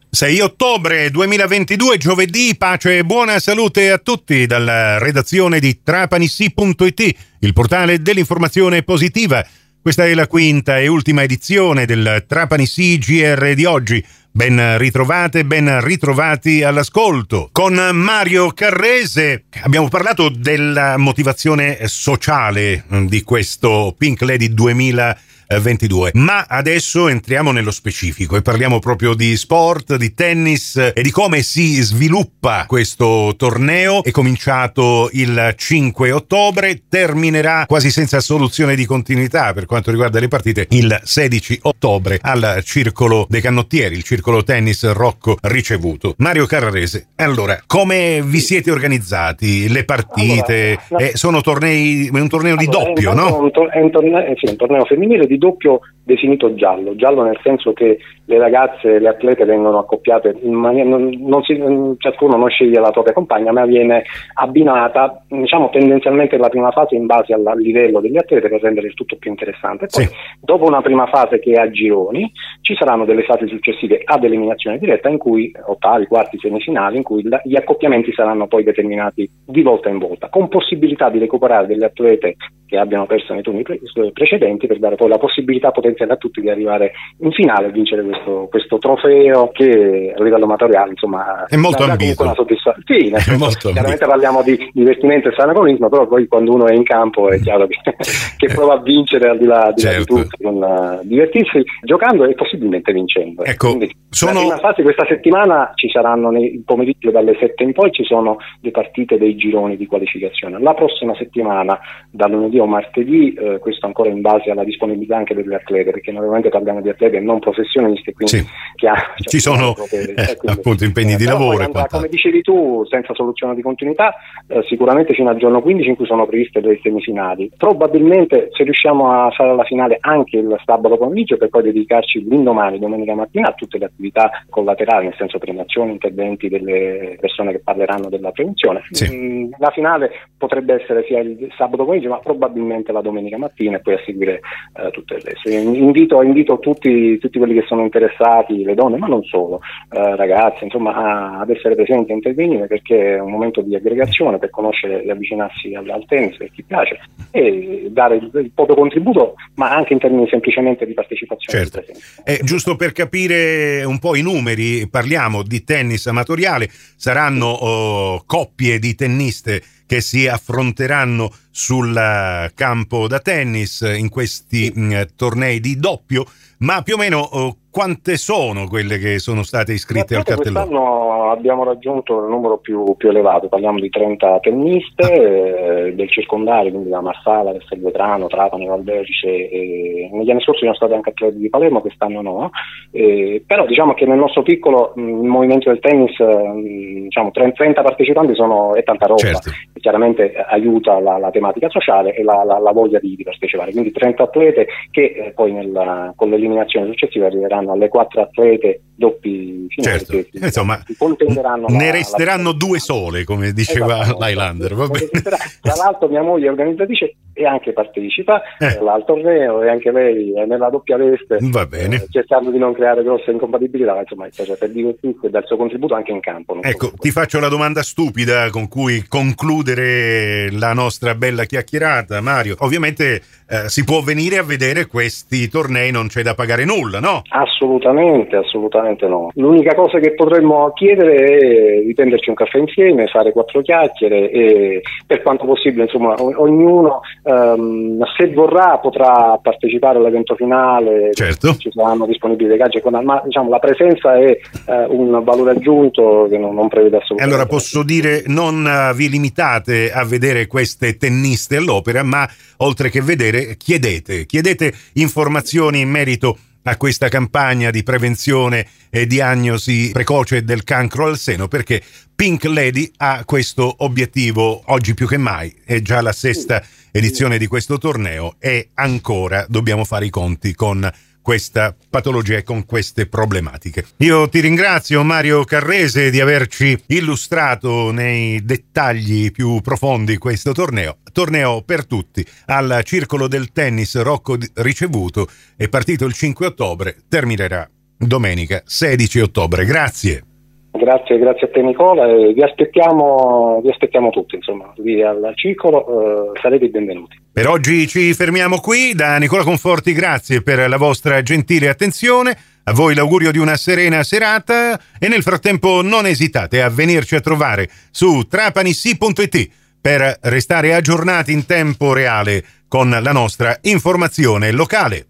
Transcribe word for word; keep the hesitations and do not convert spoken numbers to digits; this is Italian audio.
sei ottobre duemilaventidue, giovedì, pace e buona salute a tutti dalla redazione di trapanissi punto it, il portale dell'informazione positiva. Questa è la quinta e ultima edizione del Trapanissi G R di oggi. Ben ritrovate, ben ritrovati all'ascolto. Con Mario Carrese abbiamo parlato della motivazione sociale di questo Pink Lady duemilaventidue, ma adesso entriamo nello specifico e parliamo proprio di sport, di tennis e di come si sviluppa questo torneo. È cominciato il cinque ottobre, terminerà quasi senza soluzione di continuità per quanto riguarda le partite il sedici ottobre al Circolo dei Cannottieri, il Circolo Tennis Rocco Ricevuto. Mario Carrese, allora, come vi siete organizzati? Le partite allora, no. eh, sono tornei, un torneo allora, di doppio, no? Un to- è un torneo, sì, un torneo femminile di doppio definito giallo, giallo nel senso che le ragazze, le atlete vengono accoppiate in maniera, non, non si, ciascuno non sceglie la propria compagna, ma viene abbinata, diciamo, tendenzialmente la prima fase in base al livello degli atlete per rendere il tutto più interessante. Poi, sì. Dopo una prima fase che è a gironi, ci saranno delle fasi successive ad eliminazione diretta, in cui ottavi, quarti, semifinali, in cui la, gli accoppiamenti saranno poi determinati di volta in volta, con possibilità di recuperare delle atlete che abbiano perso nei turni pre- precedenti, per dare poi la possibilità potenziale a tutti di arrivare in finale e vincere questo, questo trofeo che a livello amatoriale, insomma, è molto ambito. Una soddisfa- sì, è senso, molto chiaramente ambito. Parliamo di divertimento e sanagonismo, però poi quando uno è in campo è chiaro che, che prova a vincere al di là di, certo. di tutto, con uh, divertirsi giocando e possibilmente vincendo. Ecco, Quindi, sono... la prima fase questa settimana ci saranno nel pomeriggio dalle sette in poi ci sono le partite dei gironi di qualificazione. La prossima settimana, da lunedì o martedì, eh, questo ancora in base alla disponibilità anche delle atlete, perché normalmente parliamo di atlete non professionisti, quindi sì. che ha, cioè, ci sono proprie, eh, quindi, appunto impegni eh, di lavoro andrà, come dicevi tu, senza soluzione di continuità, eh, sicuramente fino al giorno quindici in cui sono previste le semifinali. Probabilmente se riusciamo a fare la finale anche il sabato pomeriggio, per poi dedicarci l'indomani, domenica mattina, a tutte le attività collaterali, nel senso premiazioni, interventi delle persone che parleranno della prevenzione. Sì. Mm, la finale potrebbe essere sia il sabato pomeriggio, ma probabilmente la domenica mattina, e poi a seguire eh, tutte le reste. Invito, invito tutti, tutti quelli che sono interessati, le donne, ma non solo, eh, ragazze, insomma, a, ad essere presenti e intervenire, perché è un momento di aggregazione per conoscere e avvicinarsi al, al tennis per chi piace e dare il, il proprio contributo, ma anche in termini semplicemente di partecipazione. Certo. Eh, giusto per capire un po' i numeri, parliamo di tennis amatoriale, saranno oh, coppie di tenniste che si affronteranno sul campo da tennis in questi mh, tornei di doppio, ma più o meno oh, quante sono quelle che sono state iscritte al cartellone? Quest'anno abbiamo raggiunto il numero più, più elevato, parliamo di trenta tenniste ah. eh, del circondario, quindi da Marsala, Castelvetrano, Trapani, Valderce. E negli anni scorsi sono state anche atleti di Palermo, quest'anno no, eh, però diciamo che nel nostro piccolo mh, movimento del tennis mh, diciamo trenta partecipanti sono, è tanta roba, certo. Chiaramente aiuta la, la tematica sociale e la, la, la voglia di, di partecipare, quindi trenta atlete che eh, poi nel, con l'eliminazione successiva arriveranno alle quattro atlete doppi finali, certo. che si, insomma si contenderanno ne la, resteranno la... due sole, come diceva l'Highlander. Va bene. Tra l'altro mia moglie è organizzatrice e anche partecipa eh. al torneo, e anche lei è nella doppia veste, va bene. Eh, cercando di non creare grosse incompatibilità, insomma, cioè, per divertirsi e dare il suo contributo anche in campo. Ecco, ti faccio la domanda stupida con cui concludere la nostra bella chiacchierata, Mario. Ovviamente eh, si può venire a vedere questi tornei, non c'è da pagare nulla, no? Assolutamente, assolutamente no. L'unica cosa che potremmo chiedere è di prenderci un caffè insieme, fare quattro chiacchiere e per quanto possibile, insomma, o- ognuno um, se vorrà potrà partecipare all'evento finale, certo. Ci saranno disponibili dei gadget, ma diciamo la presenza è uh, un valore aggiunto che non, non prevede assolutamente. Allora posso dire, non uh, vi limitate a vedere queste tenniste all'opera, ma oltre che vedere chiedete, chiedete informazioni in merito a questa campagna di prevenzione e diagnosi precoce del cancro al seno, perché Pink Lady ha questo obiettivo oggi più che mai. È già la sesta edizione di questo torneo e ancora dobbiamo fare i conti con questa patologia e con queste problematiche. Io ti ringrazio, Mario Carrese, di averci illustrato nei dettagli più profondi questo torneo. Torneo per tutti al Circolo del Tennis Rocco Ricevuto, è partito il cinque ottobre, terminerà domenica sedici ottobre. Grazie. Grazie, grazie a te Nicola, e vi aspettiamo, vi aspettiamo tutti, insomma, lì al Cicolo, eh, sarete benvenuti. Per oggi ci fermiamo qui. Da Nicola Conforti grazie per la vostra gentile attenzione, a voi l'augurio di una serena serata e nel frattempo non esitate a venirci a trovare su trapanissi punto it per restare aggiornati in tempo reale con la nostra informazione locale.